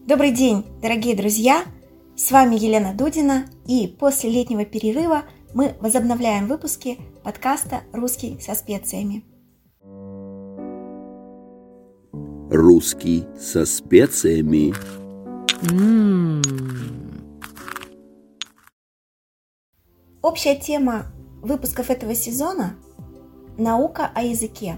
Добрый день, дорогие друзья! С вами Елена Дудина, и после летнего перерыва мы возобновляем выпуски подкаста «Русский со специями». Русский со специями. Общая тема выпусков этого сезона – наука о языке.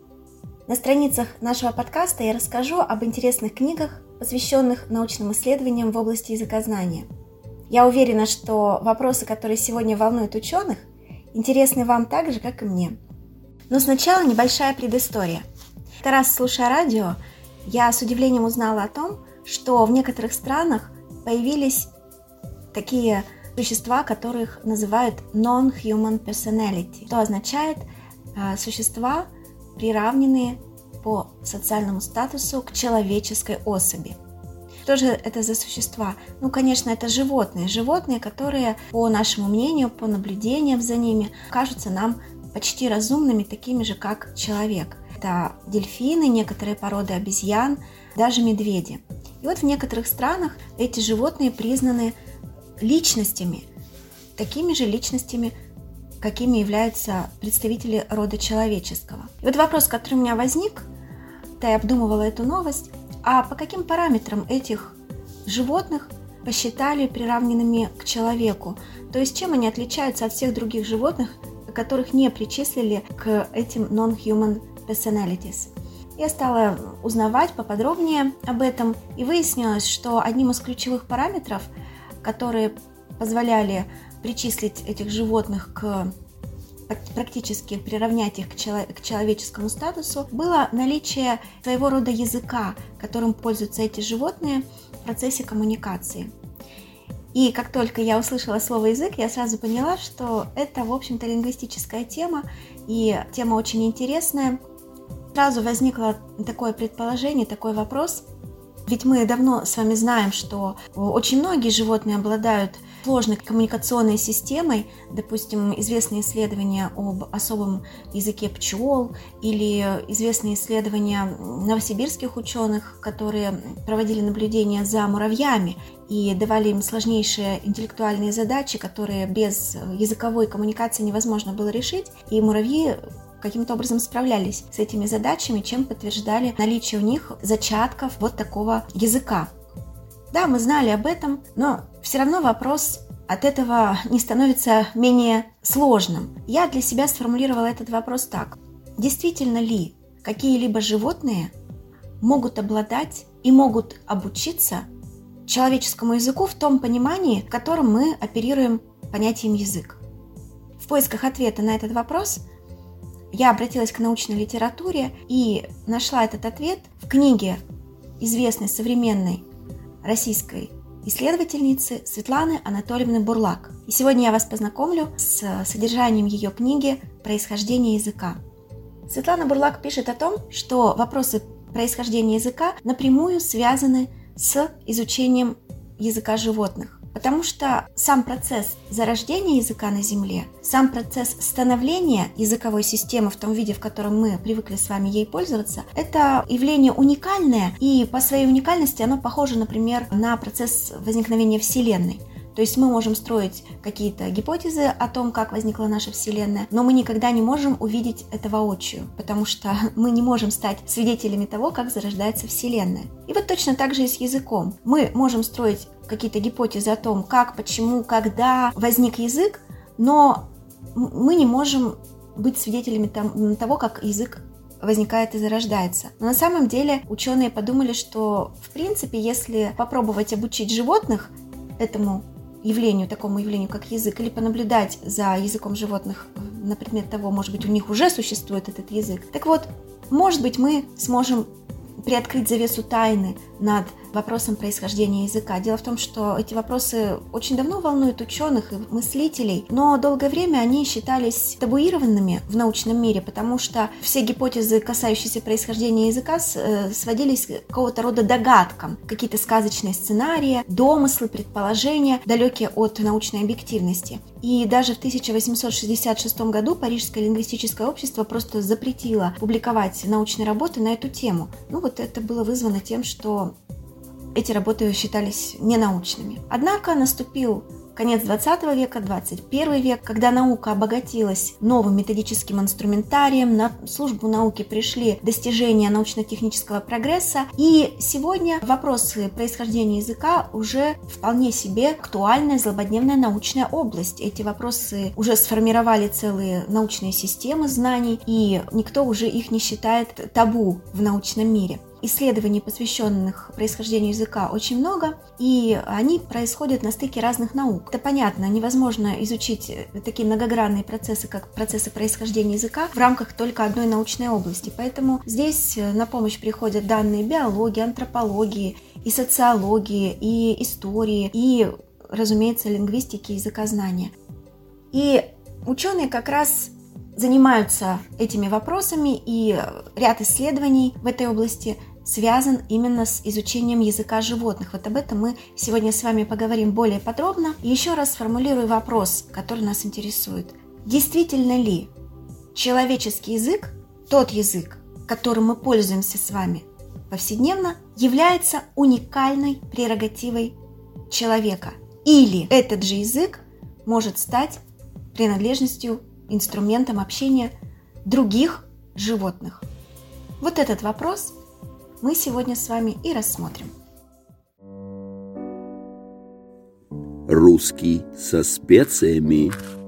На страницах нашего подкаста я расскажу об интересных книгах, посвященных научным исследованиям в области языкознания. Я уверена, что вопросы, которые сегодня волнуют ученых, интересны вам так же, как и мне. Но сначала небольшая предыстория. Раз слушая радио, я с удивлением узнала о том, что в некоторых странах появились такие существа, которых называют non-human personality, что означает существа, приравненные по социальному статусу к человеческой особи. Что же это за существа? Конечно, это животные, которые, по нашему мнению, по наблюдениям за ними, кажутся нам почти разумными, такими же, как человек. Это дельфины, некоторые породы обезьян, даже медведи. И вот в некоторых странах эти животные признаны личностями, такими же личностями, какими являются представители рода человеческого. И вот вопрос, который у меня возник, когда я обдумывала эту новость, а по каким параметрам этих животных посчитали приравненными к человеку? То есть чем они отличаются от всех других животных, которых не причислили к этим non-human personalities? Я стала узнавать поподробнее об этом, и выяснилось, что одним из ключевых параметров, которые позволяли причислить этих животных практически приравнять их к человеческому статусу, было наличие своего рода языка, которым пользуются эти животные в процессе коммуникации. И как только я услышала слово «язык», я сразу поняла, что это, в общем-то, лингвистическая тема, и тема очень интересная. Сразу возникло такое предположение, такой вопрос. Ведь мы давно с вами знаем, что очень многие животные обладают сложной коммуникационной системой. Допустим, известные исследования об особом языке пчел или известные исследования новосибирских ученых, которые проводили наблюдения за муравьями и давали им сложнейшие интеллектуальные задачи, которые без языковой коммуникации невозможно было решить, и муравьи каким-то образом справлялись с этими задачами, чем подтверждали наличие у них зачатков вот такого языка. Да, мы знали об этом, но все равно вопрос от этого не становится менее сложным. Я для себя сформулировала этот вопрос так. Действительно ли какие-либо животные могут обладать и могут обучиться человеческому языку в том понимании, в котором мы оперируем понятием язык? В поисках ответа на этот вопрос я обратилась к научной литературе и нашла этот ответ в книге известной современной российской исследовательницы Светланы Анатольевны Бурлак. И сегодня я вас познакомлю с содержанием ее книги «Происхождение языка». Светлана Бурлак пишет о том, что вопросы происхождения языка напрямую связаны с изучением языка животных. Потому что сам процесс зарождения языка на Земле, сам процесс становления языковой системы в том виде, в котором мы привыкли с вами ей пользоваться, это явление уникальное, и по своей уникальности оно похоже, например, на процесс возникновения Вселенной. То есть мы можем строить какие-то гипотезы о том, как возникла наша Вселенная, но мы никогда не можем увидеть это воочию, потому что мы не можем стать свидетелями того, как зарождается Вселенная. И вот точно так же и с языком. Мы можем строить какие-то гипотезы о том, как, почему, когда возник язык, но мы не можем быть свидетелями того, как язык возникает и зарождается. Но на самом деле ученые подумали, что в принципе, если попробовать обучить животных такому явлению, как язык, или понаблюдать за языком животных на предмет того, может быть, у них уже существует этот язык. Так вот, может быть, мы сможем приоткрыть завесу тайны над вопросом происхождения языка. Дело в том, что эти вопросы очень давно волнуют ученых и мыслителей, но долгое время они считались табуированными в научном мире, потому что все гипотезы, касающиеся происхождения языка, сводились к какого-то рода догадкам, какие-то сказочные сценарии, домыслы, предположения, далекие от научной объективности. И даже в 1866 году Парижское лингвистическое общество просто запретило публиковать научные работы на эту тему. Это было вызвано тем, что эти работы считались ненаучными. Однако наступил конец 20 века, 21 век, когда наука обогатилась новым методическим инструментарием, на службу науки пришли достижения научно-технического прогресса, и сегодня вопросы происхождения языка уже вполне себе актуальная, злободневная научная область. Эти вопросы уже сформировали целые научные системы знаний, и никто уже их не считает табу в научном мире. Исследований, посвященных происхождению языка, очень много, и они происходят на стыке разных наук. Это понятно, невозможно изучить такие многогранные процессы, как процессы происхождения языка, в рамках только одной научной области. Поэтому здесь на помощь приходят данные биологии, антропологии, и социологии, и истории, и, разумеется, лингвистики, языкознания. И ученые как раз занимаются этими вопросами, и ряд исследований в этой области связан именно с изучением языка животных. Вот об этом мы сегодня с вами поговорим более подробно. И еще раз сформулирую вопрос, который нас интересует. Действительно ли человеческий язык, тот язык, которым мы пользуемся с вами повседневно, является уникальной прерогативой человека? Или этот же язык может стать принадлежностью, инструментом общения других животных? Вот этот вопрос мы сегодня с вами и рассмотрим. Русский со специями.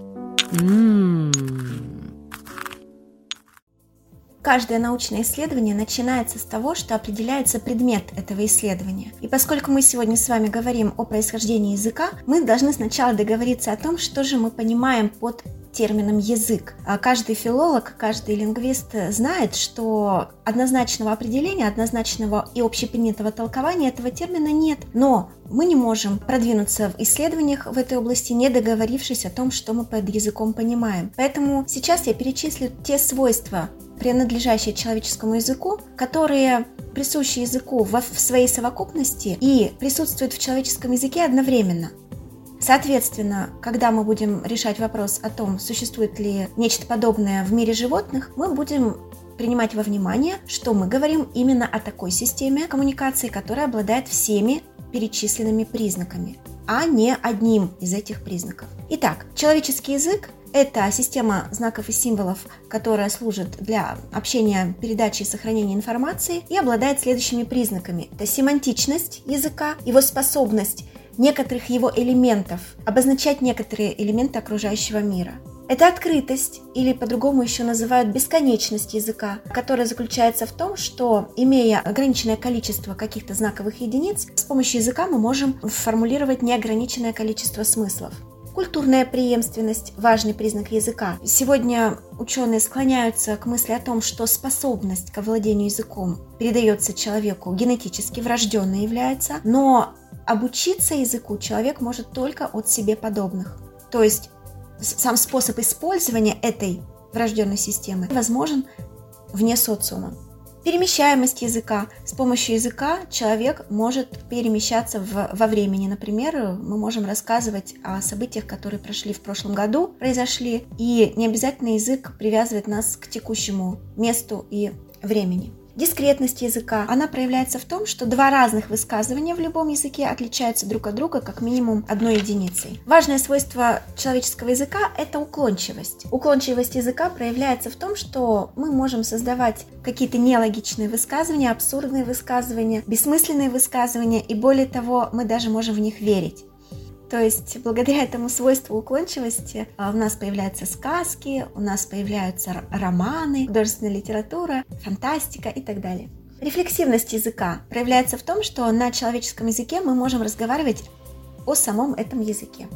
Каждое научное исследование начинается с того, что определяется предмет этого исследования. И поскольку мы сегодня с вами говорим о происхождении языка, мы должны сначала договориться о том, что же мы понимаем под термином «язык». Каждый филолог, каждый лингвист знает, что однозначного определения, однозначного и общепринятого толкования этого термина нет. Но мы не можем продвинуться в исследованиях в этой области, не договорившись о том, что мы под языком понимаем. Поэтому сейчас я перечислю те свойства, принадлежащие человеческому языку, которые присущи языку в своей совокупности и присутствуют в человеческом языке одновременно. Соответственно, когда мы будем решать вопрос о том, существует ли нечто подобное в мире животных, мы будем принимать во внимание, что мы говорим именно о такой системе коммуникации, которая обладает всеми перечисленными признаками, а не одним из этих признаков. Итак, человеческий язык – это система знаков и символов, которая служит для общения, передачи и сохранения информации и обладает следующими признаками. Это семантичность языка, его способность некоторых его элементов обозначать некоторые элементы окружающего мира. Это открытость, или по-другому еще называют бесконечность языка, которая заключается в том, что, имея ограниченное количество каких-то знаковых единиц, с помощью языка мы можем формулировать неограниченное количество смыслов. Культурная преемственность – важный признак языка. Сегодня ученые склоняются к мысли о том, что способность к овладению языком передается человеку генетически, врожденной является, но обучиться языку человек может только от себе подобных. То есть сам способ использования этой врожденной системы возможен вне социума. Перемещаемость языка. С помощью языка человек может перемещаться во времени. Например, мы можем рассказывать о событиях, которые прошли в прошлом году, произошли, и не обязательно язык привязывает нас к текущему месту и времени. Дискретность языка. Она проявляется в том, что два разных высказывания в любом языке отличаются друг от друга как минимум одной единицей. Важное свойство человеческого языка – это уклончивость. Уклончивость языка проявляется в том, что мы можем создавать какие-то нелогичные высказывания, абсурдные высказывания, бессмысленные высказывания, и более того, мы даже можем в них верить. То есть, благодаря этому свойству уклончивости у нас появляются сказки, у нас появляются романы, художественная литература, фантастика и так далее. Рефлексивность языка проявляется в том, что на человеческом языке мы можем разговаривать о самом этом языке.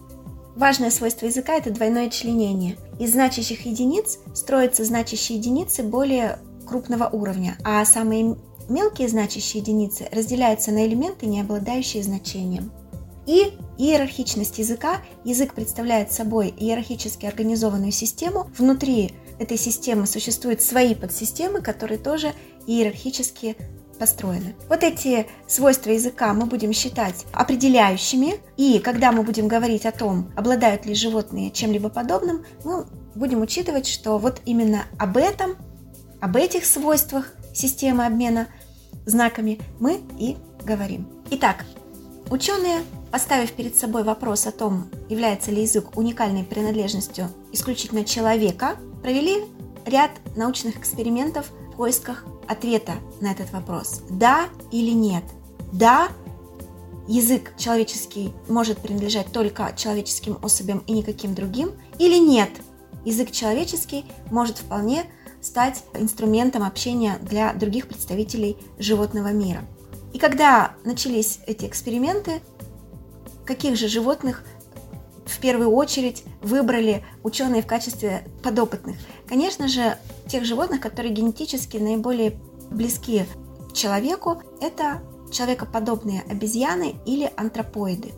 Важное свойство языка – это двойное членение. Из значащих единиц строятся значащие единицы более крупного уровня, а самые мелкие значащие единицы разделяются на элементы, не обладающие значением. И иерархичность языка. Язык представляет собой иерархически организованную систему. Внутри этой системы существуют свои подсистемы, которые тоже иерархически построены. Вот эти свойства языка мы будем считать определяющими. И когда мы будем говорить о том, обладают ли животные чем-либо подобным, мы будем учитывать, что вот именно об этих свойствах системы обмена знаками мы и говорим. Итак, ученые, поставив перед собой вопрос о том, является ли язык уникальной принадлежностью исключительно человека, провели ряд научных экспериментов в поисках ответа на этот вопрос. Да или нет? Да, язык человеческий может принадлежать только человеческим особям и никаким другим, или нет? Язык человеческий может вполне стать инструментом общения для других представителей животного мира. И когда начались эти эксперименты, каких же животных в первую очередь выбрали ученые в качестве подопытных? Конечно же, тех животных, которые генетически наиболее близки к человеку, это человекоподобные обезьяны или антропоиды.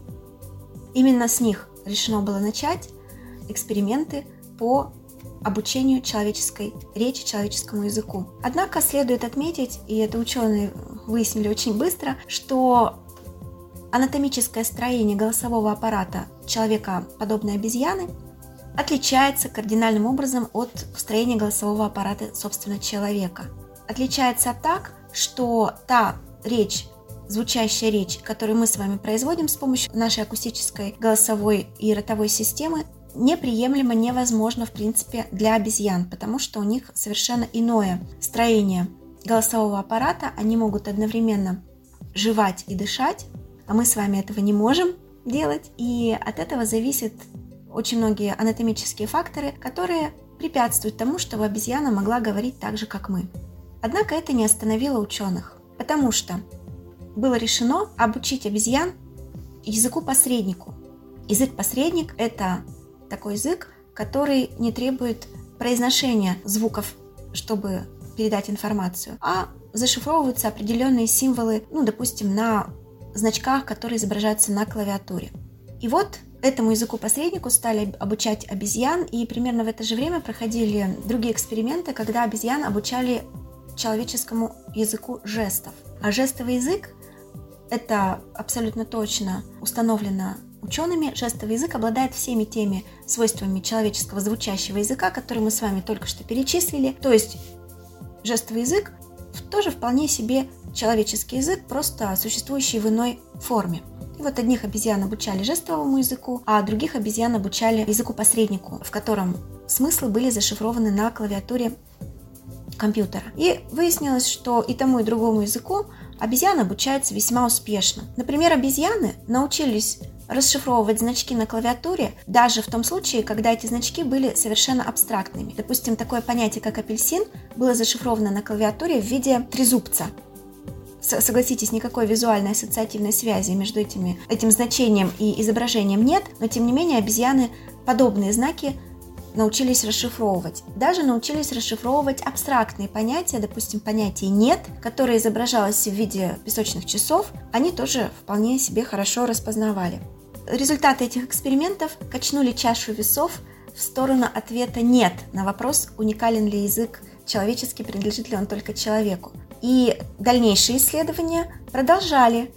Именно с них решено было начать эксперименты по обучению человеческой речи, человеческому языку. Однако следует отметить, и это ученые выяснили очень быстро, что анатомическое строение голосового аппарата человекоподобной обезьяны отличается кардинальным образом от строения голосового аппарата, собственно, человека. Отличается так, что та речь, звучащая речь, которую мы с вами производим с помощью нашей акустической голосовой и ротовой системы, неприемлемо, невозможно в принципе для обезьян, потому что у них совершенно иное строение голосового аппарата. Они могут одновременно жевать и дышать, а мы с вами этого не можем делать, и от этого зависят очень многие анатомические факторы, которые препятствуют тому, чтобы обезьяна могла говорить так же, как мы. Однако это не остановило ученых, потому что было решено обучить обезьян языку-посреднику. Язык-посредник – это такой язык, который не требует произношения звуков, чтобы передать информацию, а зашифровываются определенные символы, допустим, на значках, которые изображаются на клавиатуре. И вот этому языку-посреднику стали обучать обезьян, и примерно в это же время проходили другие эксперименты, когда обезьян обучали человеческому языку жестов. А жестовый язык – это абсолютно точно установлено учеными. Жестовый язык обладает всеми теми свойствами человеческого звучащего языка, которые мы с вами только что перечислили. То есть жестовый язык тоже вполне себе человеческий язык, просто существующий в иной форме. И вот одних обезьян обучали жестовому языку, а других обезьян обучали языку-посреднику, в котором смыслы были зашифрованы на клавиатуре компьютера. И выяснилось, что и тому, и другому языку обезьяны обучаются весьма успешно. Например, обезьяны научились расшифровывать значки на клавиатуре даже в том случае, когда эти значки были совершенно абстрактными. Допустим, такое понятие, как апельсин, было зашифровано на клавиатуре в виде трезубца. Согласитесь, никакой визуальной ассоциативной связи между этим значением и изображением нет, но тем не менее обезьяны подобные знаки научились расшифровывать. Даже научились расшифровывать абстрактные понятия, допустим, понятие «нет», которое изображалось в виде песочных часов, они тоже вполне себе хорошо распознавали. Результаты этих экспериментов качнули чашу весов в сторону ответа «нет» на вопрос, уникален ли язык человеческий, принадлежит ли он только человеку. И дальнейшие исследования продолжали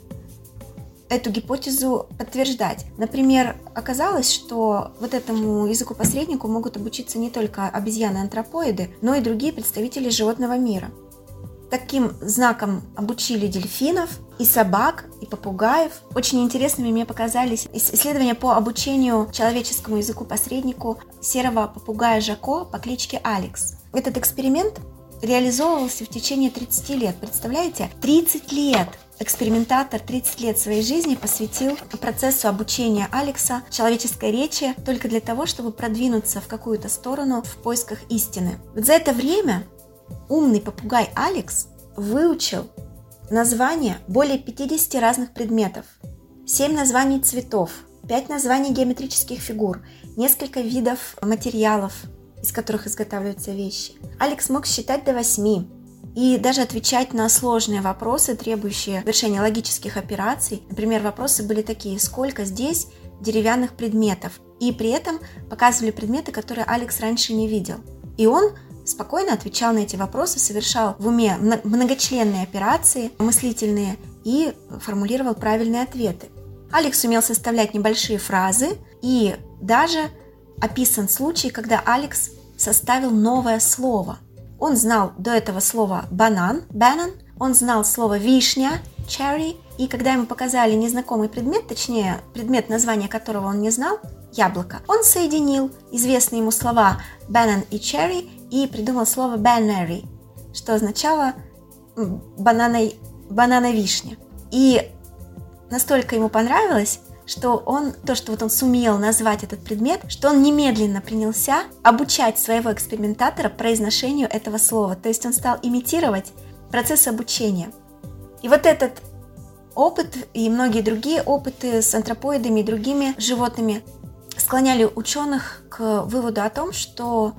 эту гипотезу подтверждать. Например, оказалось, что вот этому языку-посреднику могут обучиться не только обезьяны-антропоиды, но и другие представители животного мира. Таким знаком обучили дельфинов, и собак, и попугаев. Очень интересными мне показались исследования по обучению человеческому языку-посреднику серого попугая Жако по кличке Алекс. Этот эксперимент реализовывался в течение 30 лет. Представляете? 30 лет! Экспериментатор 30 лет своей жизни посвятил процессу обучения Алекса человеческой речи только для того, чтобы продвинуться в какую-то сторону в поисках истины. Вот за это время умный попугай Алекс выучил названия более 50 разных предметов, 7 названий цветов, 5 названий геометрических фигур, несколько видов материалов, из которых изготавливаются вещи. Алекс мог считать до 8 и даже отвечать на сложные вопросы, требующие вершения логических операций. Например, вопросы были такие: сколько здесь деревянных предметов? И при этом показывали предметы, которые Алекс раньше не видел. И он спокойно отвечал на эти вопросы, совершал в уме многочленные операции, мыслительные, и формулировал правильные ответы. Алекс умел составлять небольшие фразы, и даже описан случай, когда Алекс составил новое слово. Он знал до этого слово «банан», «банан», он знал слово «вишня», cherry. И когда ему показали незнакомый предмет, точнее, предмет, название которого он не знал, яблоко, он соединил известные ему слова banana и cherry и придумал слово banary, что означало банана-вишня. И настолько ему понравилось, что он сумел назвать этот предмет, что он немедленно принялся обучать своего экспериментатора произношению этого слова. То есть он стал имитировать процесс обучения. И вот этот опыт и многие другие опыты с антропоидами и другими животными склоняли ученых к выводу о том, что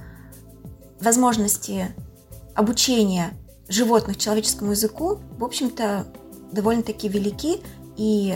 возможности обучения животных человеческому языку, в общем-то, довольно-таки велики, и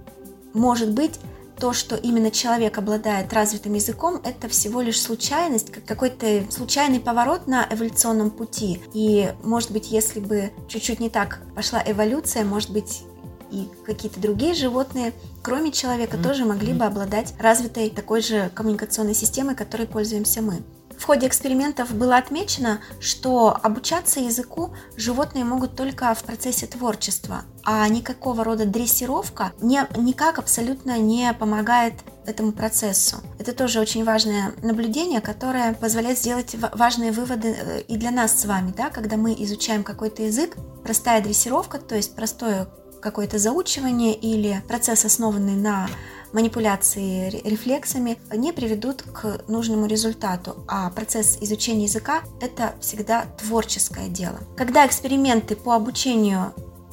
может быть, то, что именно человек обладает развитым языком, это всего лишь случайность, какой-то случайный поворот на эволюционном пути. И, может быть, если бы чуть-чуть не так пошла эволюция, может быть, и какие-то другие животные, кроме человека, тоже могли бы обладать развитой такой же коммуникационной системой, которой пользуемся мы. В ходе экспериментов было отмечено, что обучаться языку животные могут только в процессе творчества, а никакого рода дрессировка никак абсолютно не помогает этому процессу. Это тоже очень важное наблюдение, которое позволяет сделать важные выводы и для нас с вами, да, когда мы изучаем какой-то язык. Простая дрессировка, то есть простое какое-то заучивание или процесс, основанный на манипуляции рефлексами, не приведут к нужному результату, а процесс изучения языка – это всегда творческое дело. Когда эксперименты по обучению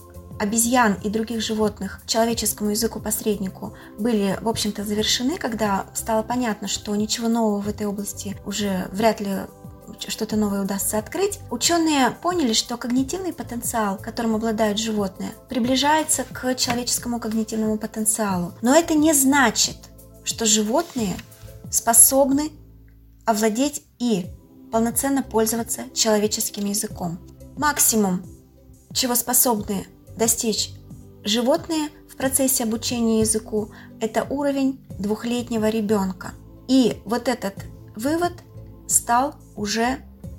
обезьян и других животных человеческому языку-посреднику были, в общем-то, завершены, когда стало понятно, что ничего нового в этой области уже вряд ли что-то новое удастся открыть, ученые поняли, что когнитивный потенциал, которым обладают животные, приближается к человеческому когнитивному потенциалу. Но это не значит, что животные способны овладеть и полноценно пользоваться человеческим языком. Максимум, чего способны достичь животные в процессе обучения языку, это уровень 2-летнего ребенка. И вот этот вывод стал уже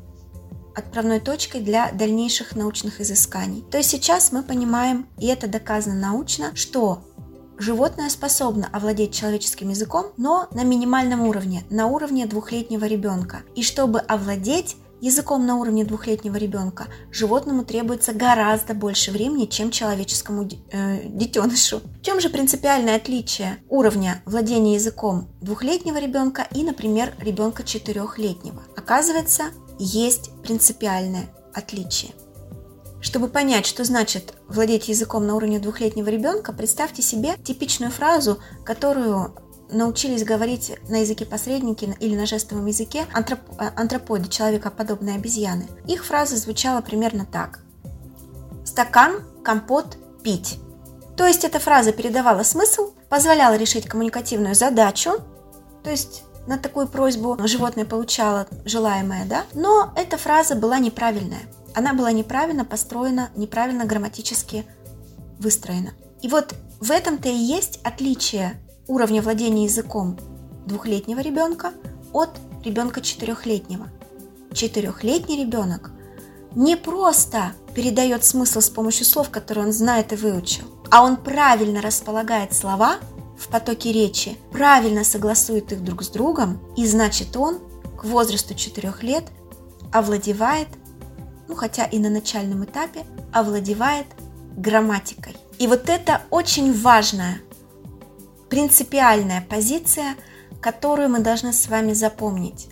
отправной точкой для дальнейших научных изысканий. То есть сейчас мы понимаем, и это доказано научно, что животное способно овладеть человеческим языком, но на минимальном уровне, на уровне 2-летнего ребенка. И чтобы овладеть языком на уровне 2-летнего ребенка, животному требуется гораздо больше времени, чем человеческому детенышу. В чем же принципиальное отличие уровня владения языком 2-летнего ребенка и, например, ребенка 4-летнего? Оказывается, есть принципиальное отличие. Чтобы понять, что значит владеть языком на уровне 2-летнего ребенка, представьте себе типичную фразу, которую научились говорить на языке посредники или на жестовом языке антропоиды, человекоподобные обезьяны. Их фраза звучала примерно так: «Стакан, компот, пить». То есть эта фраза передавала смысл, позволяла решить коммуникативную задачу, то есть на такую просьбу животное получало желаемое, да? Но эта фраза была неправильная. Она была неправильно построена, неправильно грамматически выстроена. И вот в этом-то и есть отличие уровня владения языком 2-летнего ребенка от ребенка 4-летнего. 4-летний ребенок не просто передает смысл с помощью слов, которые он знает и выучил, а он правильно располагает слова в потоке речи, правильно согласует их друг с другом, и значит он к возрасту 4 лет овладевает, хотя и на начальном этапе, овладевает грамматикой. И вот это очень важная, принципиальная позиция, которую мы должны с вами запомнить.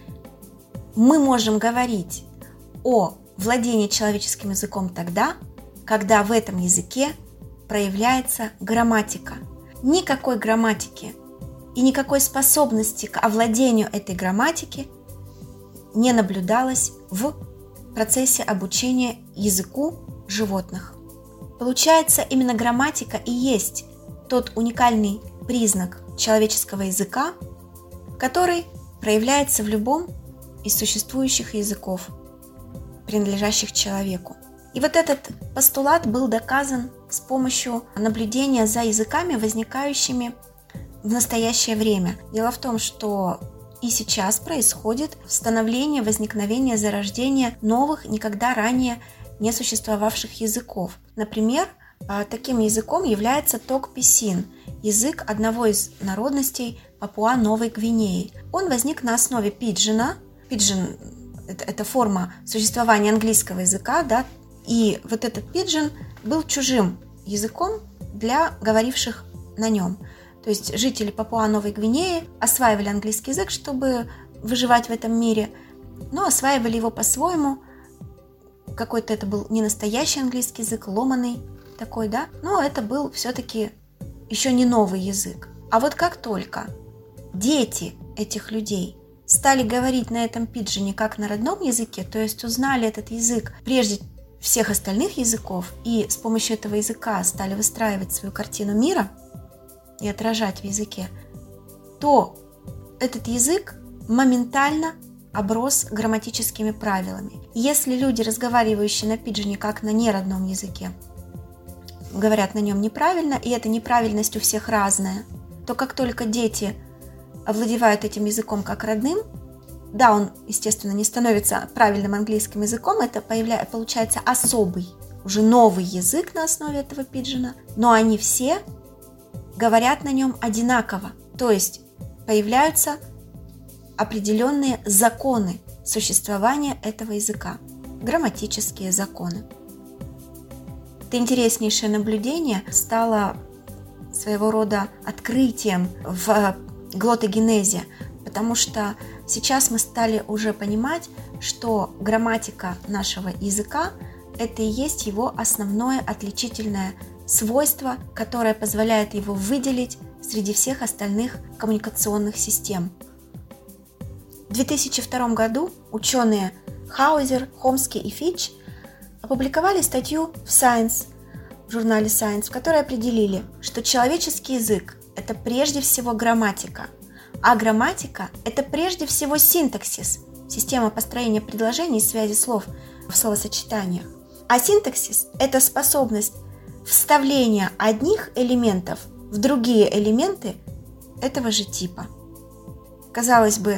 Мы можем говорить о владении человеческим языком тогда, когда в этом языке проявляется грамматика. Никакой грамматики и никакой способности к овладению этой грамматики не наблюдалось в процессе обучения языку животных. Получается, именно грамматика и есть тот уникальный признак человеческого языка, который проявляется в любом из существующих языков, принадлежащих человеку. И вот этот постулат был доказан с помощью наблюдения за языками, возникающими в настоящее время. Дело в том, что и сейчас происходит становление, возникновение, зарождение новых, никогда ранее не существовавших языков. Например, таким языком является токписин, язык одного из народностей Папуа-Новой Гвинеи. Он возник на основе пиджина. Пиджин – это форма существования английского языка, да, и вот этот пиджин был чужим языком для говоривших на нем. То есть жители Папуа-Новой Гвинеи осваивали английский язык, чтобы выживать в этом мире, но осваивали его по-своему. Какой-то это был не настоящий английский язык, ломаный такой, да, но это был все-таки еще не новый язык. А вот как только дети этих людей стали говорить на этом пиджине как на родном языке, то есть узнали этот язык прежде всех остальных языков и с помощью этого языка стали выстраивать свою картину мира и отражать в языке, то этот язык моментально оброс грамматическими правилами. Если люди, разговаривающие на пиджине как на неродном языке, говорят на нем неправильно, и эта неправильность у всех разная, то как только дети овладевают этим языком как родным, да, он, естественно, не становится правильным английским языком, это получается особый, уже новый язык на основе этого пиджина, но они все говорят на нем одинаково, то есть появляются определенные законы существования этого языка, грамматические законы. Это интереснейшее наблюдение стало своего рода открытием в глоттогенезе, потому что сейчас мы стали уже понимать, что грамматика нашего языка – это и есть его основное отличительное свойство, которое позволяет его выделить среди всех остальных коммуникационных систем. В 2002 году ученые Хаузер, Хомски и Фич опубликовали статью в Science, в журнале Science, в которой определили, что человеческий язык – это прежде всего грамматика, а грамматика – это прежде всего синтаксис, система построения предложений и связи слов в словосочетаниях. А синтаксис – это способность вставления одних элементов в другие элементы этого же типа. Казалось бы,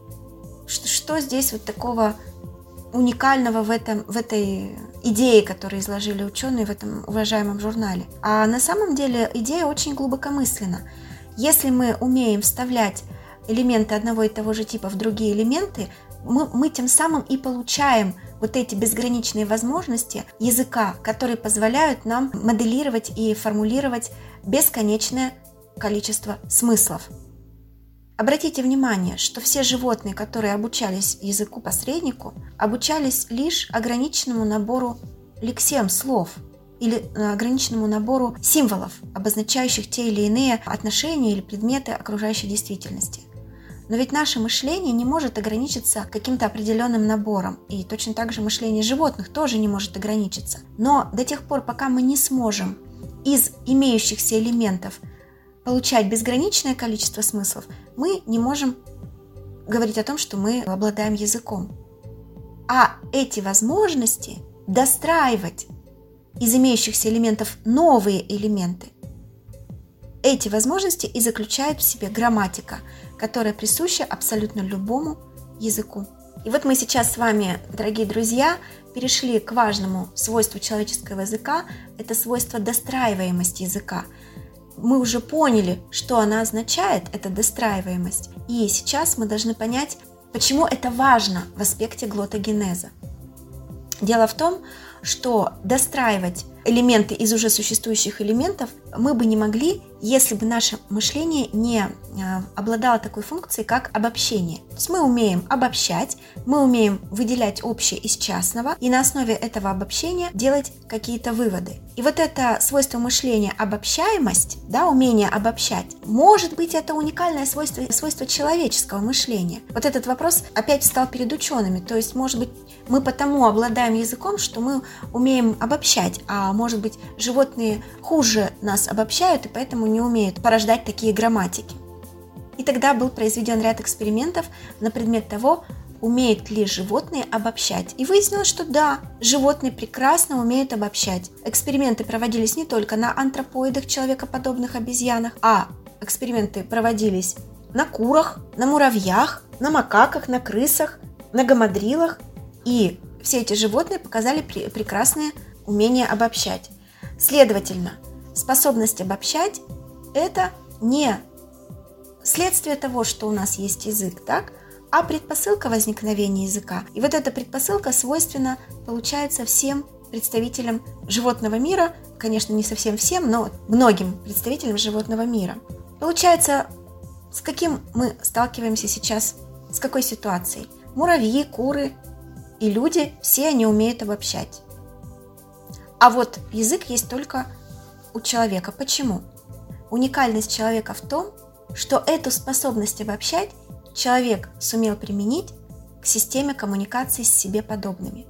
что здесь вот такого уникального в этой идее, которую изложили ученые в этом уважаемом журнале? А на самом деле идея очень глубокомысленна. Если мы умеем вставлять элементы одного и того же типа в другие элементы, мы тем самым и получаем вот эти безграничные возможности языка, которые позволяют нам моделировать и формулировать бесконечное количество смыслов. Обратите внимание, что все животные, которые обучались языку-посреднику, обучались лишь ограниченному набору лексем слов или ограниченному набору символов, обозначающих те или иные отношения или предметы окружающей действительности. Но ведь наше мышление не может ограничиться каким-то определенным набором, и точно так же мышление животных тоже не может ограничиться. Но до тех пор, пока мы не сможем из имеющихся элементов получать безграничное количество смыслов, мы не можем говорить о том, что мы обладаем языком. А эти возможности достраивать из имеющихся элементов новые элементы, эти возможности и заключает в себе грамматика, которая присуща абсолютно любому языку. И вот мы сейчас с вами, дорогие друзья, перешли к важному свойству человеческого языка – это свойство достраиваемости языка. Мы уже поняли, что она означает, эта достраиваемость, и сейчас мы должны понять, почему это важно в аспекте глоттогенеза. Дело в том, что достраивать элементы из уже существующих элементов мы бы не могли, если бы наше мышление не обладало такой функцией, как обобщение. То есть мы умеем обобщать, мы умеем выделять общее из частного, и на основе этого обобщения делать какие-то выводы. И вот это свойство мышления, обобщаемость, да, умение обобщать, может быть, это уникальное свойство человеческого мышления. Вот этот вопрос опять встал перед учеными. То есть, может быть, мы потому обладаем языком, что мы умеем обобщать, а может быть, животные хуже нас обобщают и поэтому не умеют порождать такие грамматики. И тогда был произведен ряд экспериментов на предмет того, умеют ли животные обобщать. И выяснилось, что да, животные прекрасно умеют обобщать. Эксперименты проводились не только на антропоидах, человекоподобных обезьянах, а эксперименты проводились на курах, на муравьях, на макаках, на крысах, на гамадрилах. И все эти животные показали прекрасное умение обобщать. Следовательно, способность обобщать – это не следствие того, что у нас есть язык, так? А предпосылка возникновения языка. И вот эта предпосылка свойственна, получается, всем представителям животного мира, конечно, не совсем всем, но многим представителям животного мира. Получается, с каким мы сталкиваемся сейчас, с какой ситуацией? Муравьи, куры и люди, все они умеют обобщать. А вот язык есть только у человека. Почему? Уникальность человека в том, что эту способность обобщать человек сумел применить к системе коммуникации с себе подобными.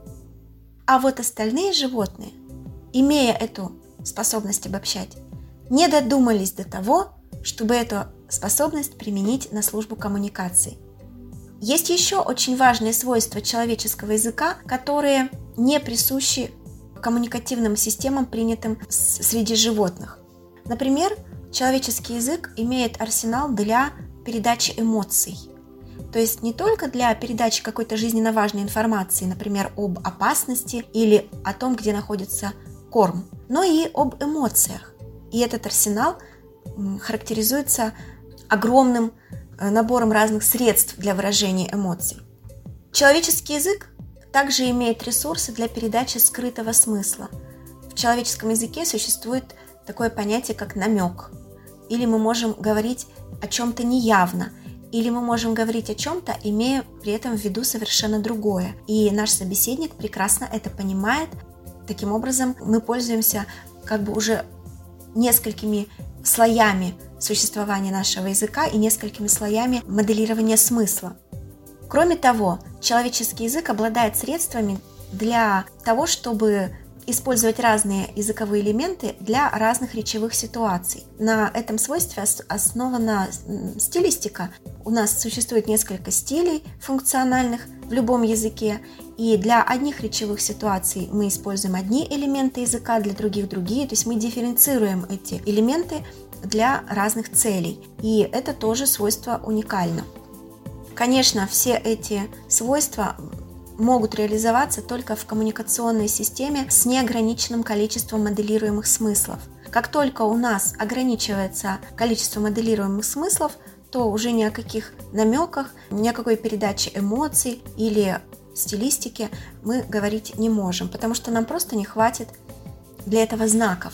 А вот остальные животные, имея эту способность обобщать, не додумались до того, чтобы эту способность применить на службу коммуникации. Есть еще очень важные свойства человеческого языка, которые не присущи коммуникативным системам, принятым среди животных. Например, человеческий язык имеет арсенал для передачи эмоций. То есть не только для передачи какой-то жизненно важной информации, например, об опасности или о том, где находится корм, но и об эмоциях. И этот арсенал характеризуется огромным набором разных средств для выражения эмоций. Человеческий язык также имеет ресурсы для передачи скрытого смысла. В человеческом языке существует такое понятие, как намек. Или мы можем говорить о чем-то неявно, или мы можем говорить о чем-то, имея при этом в виду совершенно другое. И наш собеседник прекрасно это понимает. Таким образом, мы пользуемся уже несколькими слоями существования нашего языка и несколькими слоями моделирования смысла. Кроме того, человеческий язык обладает средствами для того, чтобы использовать разные языковые элементы для разных речевых ситуаций. На этом свойстве основана стилистика. У нас существует несколько стилей функциональных в любом языке, и для одних речевых ситуаций мы используем одни элементы языка, для других другие, то есть мы дифференцируем эти элементы для разных целей, и это тоже свойство уникально. Конечно, все эти свойства могут реализоваться только в коммуникационной системе с неограниченным количеством моделируемых смыслов. Как только у нас ограничивается количество моделируемых смыслов, то уже ни о каких намеках, ни о какой передаче эмоций или стилистике мы говорить не можем, потому что нам просто не хватит для этого знаков.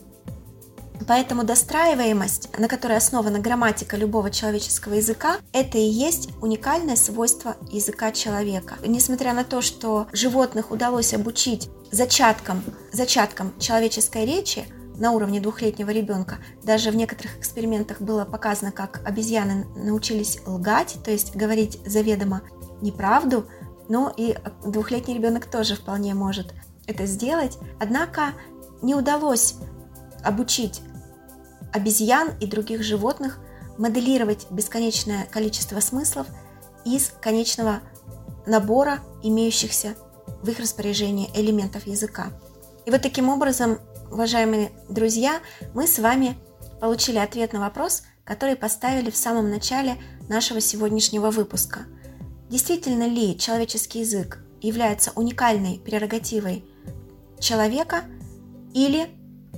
Поэтому достраиваемость, на которой основана грамматика любого человеческого языка, это и есть уникальное свойство языка человека. Несмотря на то, что животных удалось обучить зачаткам человеческой речи на уровне 2-летнего ребенка, даже в некоторых экспериментах было показано, как обезьяны научились лгать, то есть говорить заведомо неправду, но и 2-летний ребенок тоже вполне может это сделать. Однако не удалось обучить обезьян и других животных моделировать бесконечное количество смыслов из конечного набора имеющихся в их распоряжении элементов языка. И вот таким образом, уважаемые друзья, мы с вами получили ответ на вопрос, который поставили в самом начале нашего сегодняшнего выпуска. Действительно ли человеческий язык является уникальной прерогативой человека, или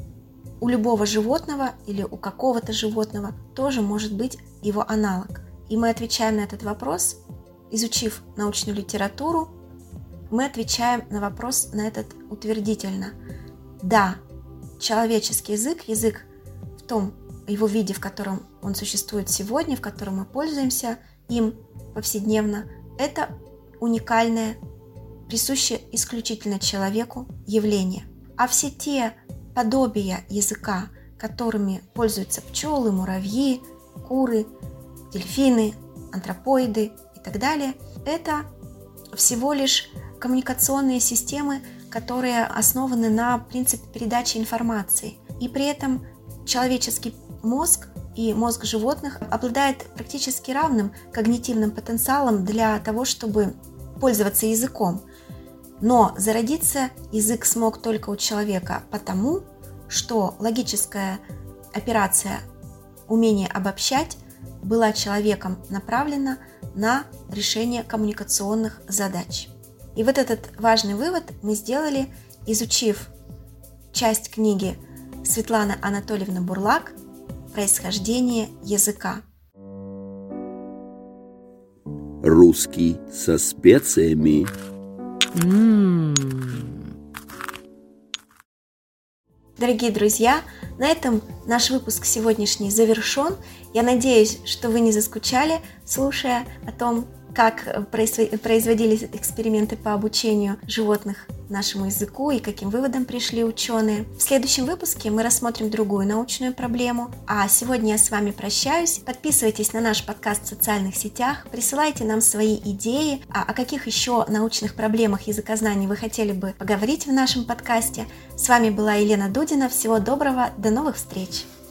у любого животного или у какого-то животного тоже может быть его аналог? И мы отвечаем на этот вопрос, изучив научную литературу, мы отвечаем на вопрос на этот утвердительно. Да, человеческий язык в том его виде, в котором он существует сегодня, в котором мы пользуемся им повседневно, это уникальное, присущее исключительно человеку явление. А все те подобия языка, которыми пользуются пчелы, муравьи, куры, дельфины, антропоиды и так далее, это всего лишь коммуникационные системы, которые основаны на принципе передачи информации. И при этом человеческий мозг и мозг животных обладает практически равным когнитивным потенциалом для того, чтобы пользоваться языком. Но зародиться язык смог только у человека потому, что логическая операция умение обобщать была человеком направлена на решение коммуникационных задач. И вот этот важный вывод мы сделали, изучив часть книги Светлана Анатольевна Бурлак «Происхождение языка». Русский со специями. Дорогие друзья, на этом наш выпуск сегодняшний завершен. Я надеюсь, что вы не заскучали, слушая о том, как производились эксперименты по обучению животных нашему языку и каким выводам пришли ученые. В следующем выпуске мы рассмотрим другую научную проблему. А сегодня я с вами прощаюсь. Подписывайтесь на наш подкаст в социальных сетях, присылайте нам свои идеи, о каких еще научных проблемах языкознания вы хотели бы поговорить в нашем подкасте. С вами была Елена Дудина. Всего доброго, до новых встреч!